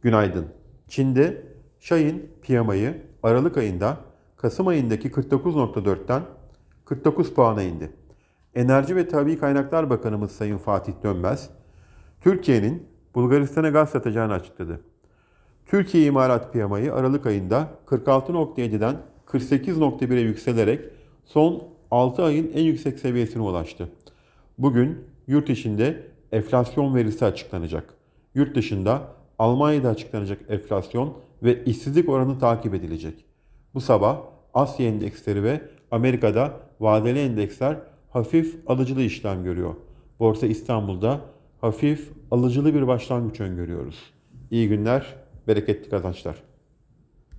Günaydın. Çin'de Şahin PMI'yi Aralık ayında Kasım ayındaki 49.4'ten 49 puana indi. Enerji ve Tabii Kaynaklar Bakanımız Sayın Fatih Dönmez, Türkiye'nin Bulgaristan'a gaz satacağını açıkladı. Türkiye İmalat PMI'yi Aralık ayında 46.7'den 48.1'e yükselerek son 6 ayın en yüksek seviyesine ulaştı. Bugün yurt içinde enflasyon verisi açıklanacak. Yurt dışında Almanya'da açıklanacak enflasyon ve işsizlik oranı takip edilecek. Bu sabah Asya endeksleri ve Amerika'da vadeli endeksler hafif alıcılı işlem görüyor. Borsa İstanbul'da hafif alıcılı bir başlangıç öngörüyoruz. İyi günler, bereketli kazançlar.